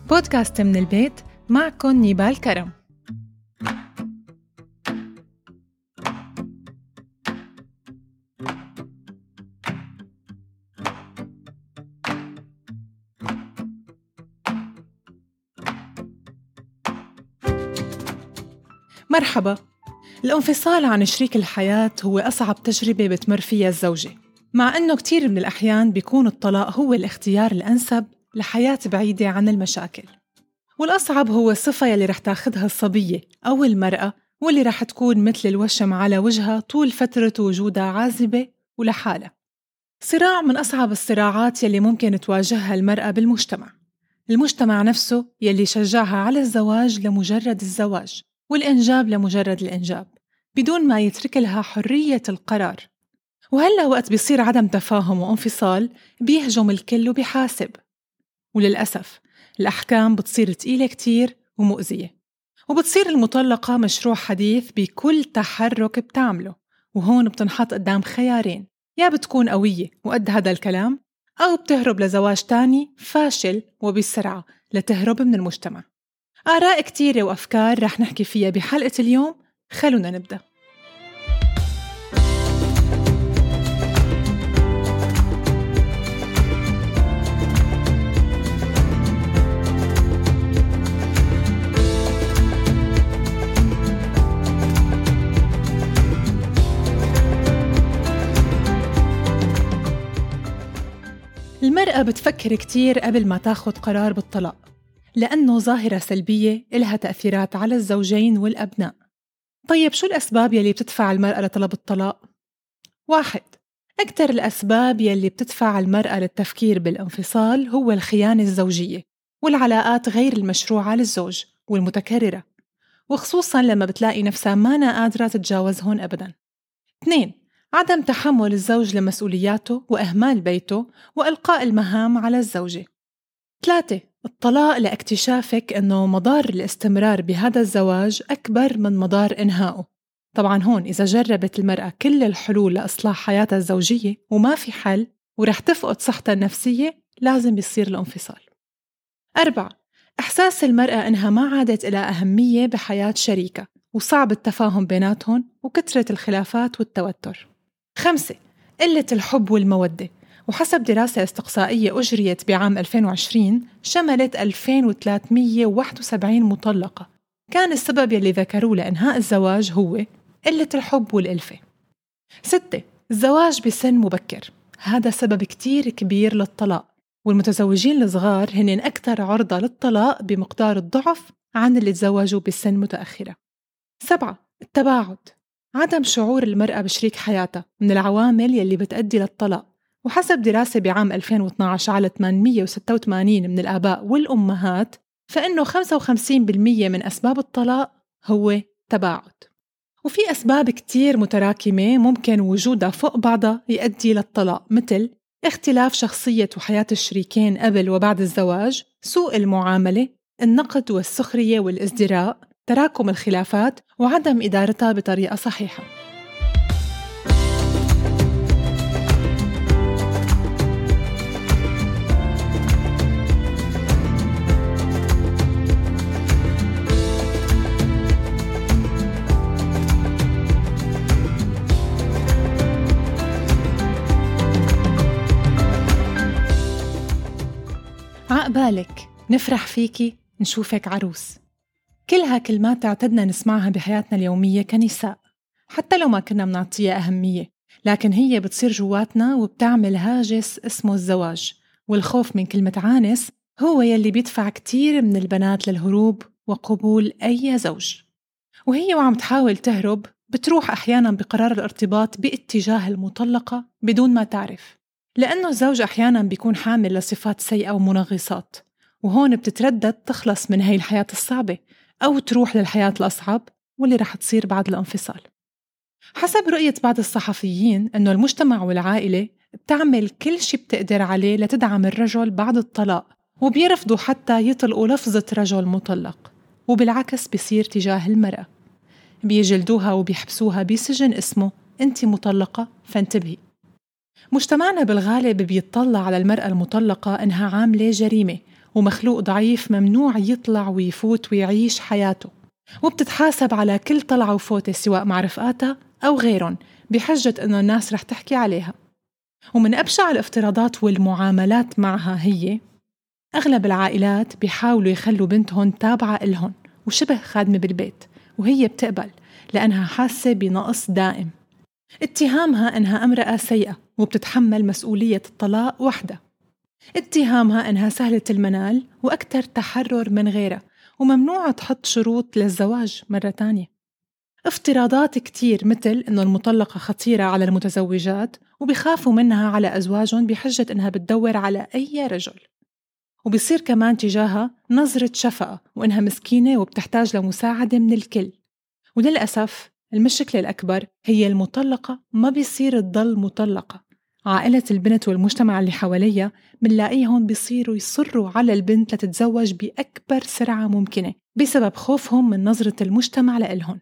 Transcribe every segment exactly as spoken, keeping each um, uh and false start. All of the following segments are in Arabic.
بودكاست من البيت، معكم نيبال كرم. مرحبا. الانفصال عن شريك الحياة هو أصعب تجربة بتمر فيها الزوجة، مع أنه كتير من الأحيان بيكون الطلاق هو الاختيار الأنسب لحياة بعيدة عن المشاكل. والأصعب هو الصفة يلي رح تاخدها الصبية أو المرأة، واللي رح تكون مثل الوشم على وجهها طول فترة وجودها عازبة ولحالها. صراع من أصعب الصراعات يلي ممكن تواجهها المرأة بالمجتمع، المجتمع نفسه يلي شجعها على الزواج لمجرد الزواج والإنجاب لمجرد الإنجاب بدون ما يترك لها حرية القرار. وهلأ وقت بيصير عدم تفاهم وانفصال بيهجم الكل وبيحاسب، وللأسف الأحكام بتصير تقيلة كتير ومؤذية، وبتصير المطلقة مشروع حديث بكل تحرك بتعمله. وهون بتنحط قدام خيارين: يا بتكون قوية وقد هذا الكلام، أو بتهرب لزواج تاني فاشل وبسرعة لتهرب من المجتمع. آراء كتيرة وأفكار رح نحكي فيها بحلقة اليوم، خلونا نبدأ. المرأة بتفكر كتير قبل ما تاخد قرار بالطلاق، لأنه ظاهرة سلبية إلها تأثيرات على الزوجين والأبناء. طيب شو الأسباب يلي بتدفع المرأة لطلب الطلاق؟ واحد، أكثر الأسباب يلي بتدفع المرأة للتفكير بالانفصال هو الخيانة الزوجية والعلاقات غير المشروعة للزوج والمتكررة، وخصوصاً لما بتلاقي نفسها ما قادرة تتجاوزهن أبداً. اثنين، عدم تحمل الزوج لمسؤولياته وإهمال بيته وإلقاء المهام على الزوجة. ثلاثة، الطلاق لاكتشافك أنه مضار الاستمرار بهذا الزواج أكبر من مضار إنهائه. طبعاً هون إذا جربت المرأة كل الحلول لإصلاح حياتها الزوجية وما في حل ورح تفقد صحتها النفسية، لازم يصير الانفصال. أربعة، إحساس المرأة إنها ما عادت إلى أهمية بحياة شريكها وصعب التفاهم بيناتهم وكثرة الخلافات والتوتر. خمسة، قلة الحب والمودة، وحسب دراسة استقصائية أجريت بعام ألفين وعشرين شملت ألفين وثلاثمية وواحد وسبعين مطلقة، كان السبب يلي ذكروه لإنهاء الزواج هو قلة الحب والألفة. ستة، الزواج بسن مبكر، هذا سبب كتير كبير للطلاق، والمتزوجين الصغار هن أكثر عرضة للطلاق بمقدار الضعف عن اللي تزوجوا بسن متأخرة. سبعة، التباعد، عدم شعور المرأة بشريك حياتها من العوامل يلي بتأدي للطلاق، وحسب دراسة بعام ألفين واثناشر على ثمانمية وستة وثمانين من الآباء والأمهات، فإنه خمسة وخمسين بالمية من أسباب الطلاق هو تباعد. وفي أسباب كتير متراكمة ممكن وجودها فوق بعضها يؤدي للطلاق، مثل اختلاف شخصية وحياة الشريكين قبل وبعد الزواج، سوء المعاملة، النقد والسخرية والازدراء، تراكم الخلافات، وعدم إدارتها بطريقة صحيحة. عقبالك، نفرح فيكي، نشوفك عروس. كلها كلمات اعتدنا نسمعها بحياتنا اليومية كنساء، حتى لو ما كنا منعطيها أهمية، لكن هي بتصير جواتنا وبتعمل هاجس اسمه الزواج. والخوف من كلمة عانس هو يلي بيدفع كتير من البنات للهروب وقبول أي زوج. وهي وعم تحاول تهرب بتروح أحياناً بقرار الارتباط باتجاه المطلقة بدون ما تعرف، لأنه الزوج أحياناً بيكون حامل لصفات سيئة ومنغصات، وهون بتتردد تخلص من هاي الحياة الصعبة أو تروح للحياة الأصعب واللي رح تصير بعد الانفصال. حسب رؤية بعض الصحفيين أنه المجتمع والعائلة بتعمل كل شي بتقدر عليه لتدعم الرجل بعد الطلاق، وبيرفضوا حتى يطلقوا لفظة رجل مطلق، وبالعكس بيصير تجاه المرأة بيجلدوها وبيحبسوها بسجن اسمه أنت مطلقة فانتبهي. مجتمعنا بالغالب بيطلع على المرأة المطلقة إنها عاملة جريمة ومخلوق ضعيف ممنوع يطلع ويفوت ويعيش حياته، وبتتحاسب على كل طلعة وفوتة سواء مع رفقاتها أو غيرهم بحجة إنه الناس رح تحكي عليها. ومن أبشع الافتراضات والمعاملات معها هي أغلب العائلات بيحاولوا يخلوا بنتهم تابعة إلهم وشبه خادمة بالبيت، وهي بتقبل لأنها حاسة بنقص دائم. اتهامها أنها امرأة سيئة وبتتحمل مسؤولية الطلاق وحدها. اتهامها أنها سهلة المنال وأكثر تحرر من غيرها وممنوع تحط شروط للزواج مرة تانية. افتراضات كتير مثل أنه المطلقة خطيرة على المتزوجات وبيخافوا منها على أزواجهم بحجة أنها بتدور على أي رجل. وبيصير كمان تجاهها نظرة شفقة وإنها مسكينة وبتحتاج لمساعدة من الكل. وللأسف المشكلة الأكبر هي المطلقة ما بيصير تضل مطلقة. عائلة البنت والمجتمع اللي حواليها منلاقيهم بيصيروا يصروا على البنت لتتزوج بأكبر سرعة ممكنة بسبب خوفهم من نظرة المجتمع لإلهم.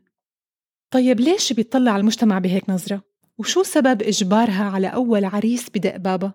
طيب ليش بيطلع المجتمع بهيك نظرة؟ وشو سبب إجبارها على أول عريس بدق بابا؟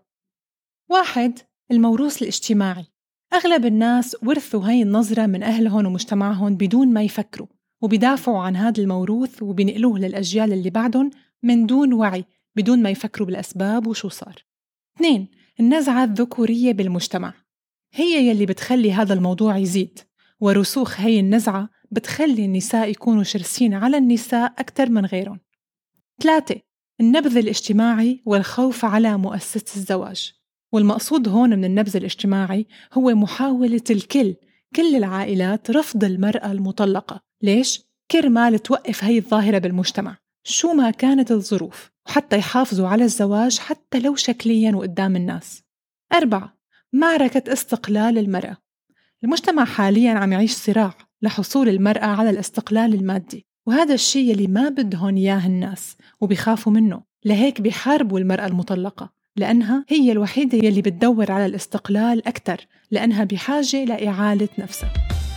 واحد، الموروث الاجتماعي. أغلب الناس ورثوا هاي النظرة من أهلهم ومجتمعهم بدون ما يفكروا، وبيدافعوا عن هذا الموروث وبينقلوه للأجيال اللي بعدهم من دون وعي بدون ما يفكروا بالأسباب وشو صار. اثنين، النزعة الذكورية بالمجتمع هي يلي بتخلي هذا الموضوع يزيد، ورسوخ هاي النزعة بتخلي النساء يكونوا شرسين على النساء أكثر من غيرهم. ثلاثة، النبذ الاجتماعي والخوف على مؤسسة الزواج. والمقصود هون من النبذ الاجتماعي هو محاولة الكل كل العائلات رفض المرأة المطلقة. ليش؟ كرمال توقف هاي الظاهرة بالمجتمع شو ما كانت الظروف، وحتى يحافظوا على الزواج حتى لو شكلياً وقدام الناس. أربعة، معركة استقلال المرأة. المجتمع حالياً عم يعيش صراع لحصول المرأة على الاستقلال المادي، وهذا الشيء يلي ما بدهن إياه الناس وبيخافوا منه. لهيك بيحاربوا المرأة المطلقة لأنها هي الوحيدة يلي بتدور على الاستقلال أكتر، لأنها بحاجة لإعالة نفسها.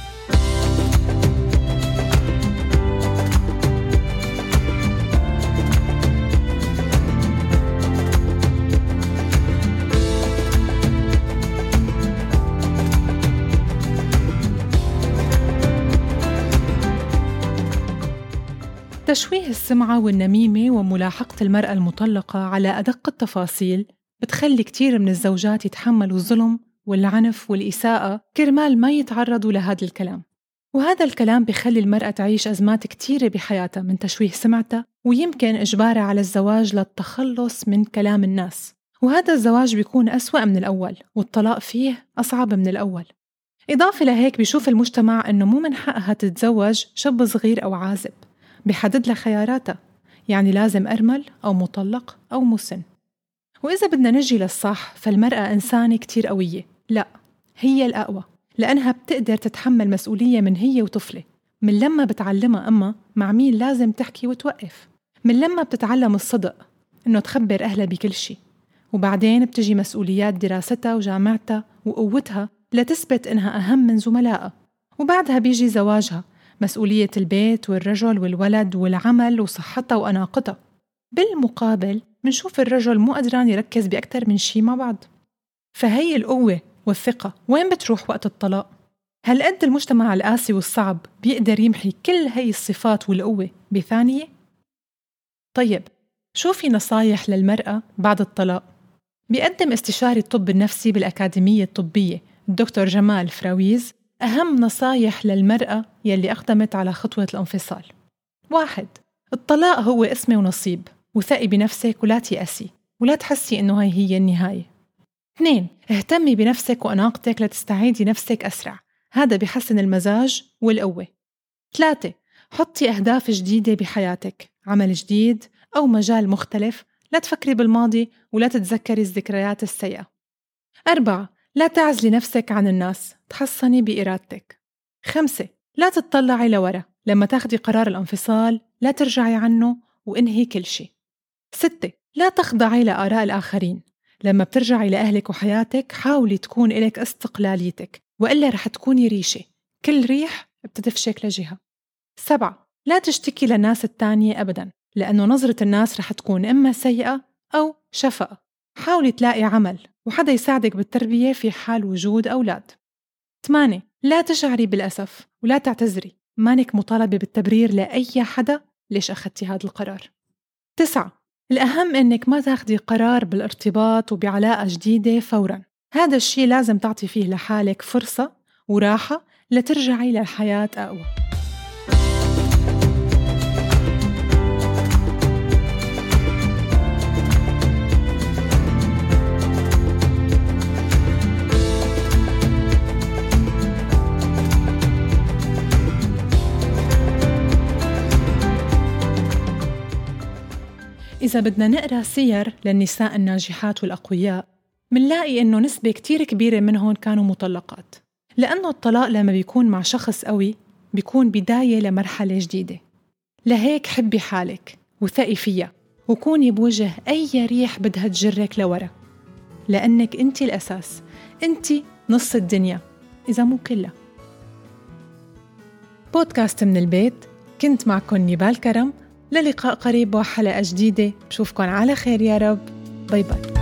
تشويه السمعة والنميمة وملاحقة المرأة المطلقة على أدق التفاصيل بتخلي كتير من الزوجات يتحملوا الظلم والعنف والإساءة كرمال ما يتعرضوا لهذا الكلام. وهذا الكلام بيخلي المرأة تعيش أزمات كتيرة بحياتها من تشويه سمعتها، ويمكن إجبارها على الزواج للتخلص من كلام الناس. وهذا الزواج بيكون أسوأ من الأول، والطلاق فيه أصعب من الأول. إضافة لهيك بيشوف المجتمع أنه مو من حقها تتزوج شاب صغير أو عازب، بيحدد لها خياراتها، يعني لازم أرمل أو مطلق أو مسن. وإذا بدنا نجي للصح فالمرأة إنسانة كتير قوية، لا هي الأقوى، لأنها بتقدر تتحمل مسؤولية من هي وطفلة. من لما بتعلمها أما مع مين لازم تحكي وتوقف، من لما بتتعلم الصدق إنه تخبر أهلها بكل شيء، وبعدين بتجي مسؤوليات دراستها وجامعتها وقوتها لتثبت إنها أهم من زملائها، وبعدها بيجي زواجها، مسؤولية البيت والرجل والولد والعمل وصحتها وأناقتها. بالمقابل منشوف الرجل مو قدران يركز بأكتر من شي مع بعض. فهي القوة والثقة وين بتروح وقت الطلاق؟ هل قد المجتمع القاسي والصعب بيقدر يمحي كل هاي الصفات والقوة بثانية؟ طيب شو في نصايح للمرأة بعد الطلاق؟ بيقدم استشاري الطب النفسي بالأكاديمية الطبية الدكتور جمال فراويز أهم نصايح للمرأة يلي أقدمت على خطوة الانفصال. واحد، الطلاق هو اسمه ونصيب، وثقي بنفسك ولا تيأسي ولا تحسي إنه هاي هي النهاية. اثنين، اهتمي بنفسك وأناقتك لتستعيدي نفسك أسرع، هذا بيحسن المزاج والقوة. ثلاثة، حطي أهداف جديدة بحياتك، عمل جديد أو مجال مختلف، لا تفكري بالماضي ولا تتذكري الذكريات السيئة. أربعة، لا تعزلي نفسك عن الناس، تحصني بإرادتك. خمسة، لا تطلعي لورا، لما تاخدي قرار الانفصال لا ترجعي عنه وانهي كل شيء. ستة، لا تخضعي لآراء الآخرين، لما بترجعي لأهلك وحياتك حاولي تكون إلك استقلاليتك، وإلا رح تكوني ريشة، كل ريح بتدفشك لجهة. سبعة، لا تشتكي للناس التانية أبداً، لأنه نظرة الناس رح تكون إما سيئة أو شفقة. حاولي تلاقي عمل وحدا يساعدك بالتربية في حال وجود أولاد. ثمانية. لا تشعري بالأسف ولا تعتذري، مانك مطالبة بالتبرير لأي حدا ليش أخذتي هذا القرار. تسعة. الأهم إنك ما تاخدي قرار بالارتباط وبعلاقة جديدة فوراً، هذا الشيء لازم تعطي فيه لحالك فرصة وراحة لترجعي للحياة أقوى. إذا بدنا نقرأ سير للنساء الناجحات والأقوياء منلاقي إنه نسبة كتير كبيرة منهم كانوا مطلقات، لأنه الطلاق لما بيكون مع شخص قوي بيكون بداية لمرحلة جديدة. لهيك حبي حالك وثقي فيها وكوني بوجه أي ريح بدها تجرك لورا، لأنك أنت الأساس، أنت نص الدنيا إذا مو كلها. بودكاست من البيت، كنت معكم نيبال كرم، للقاء قريب وحلقة جديدة. بشوفكن على خير يا رب. باي باي.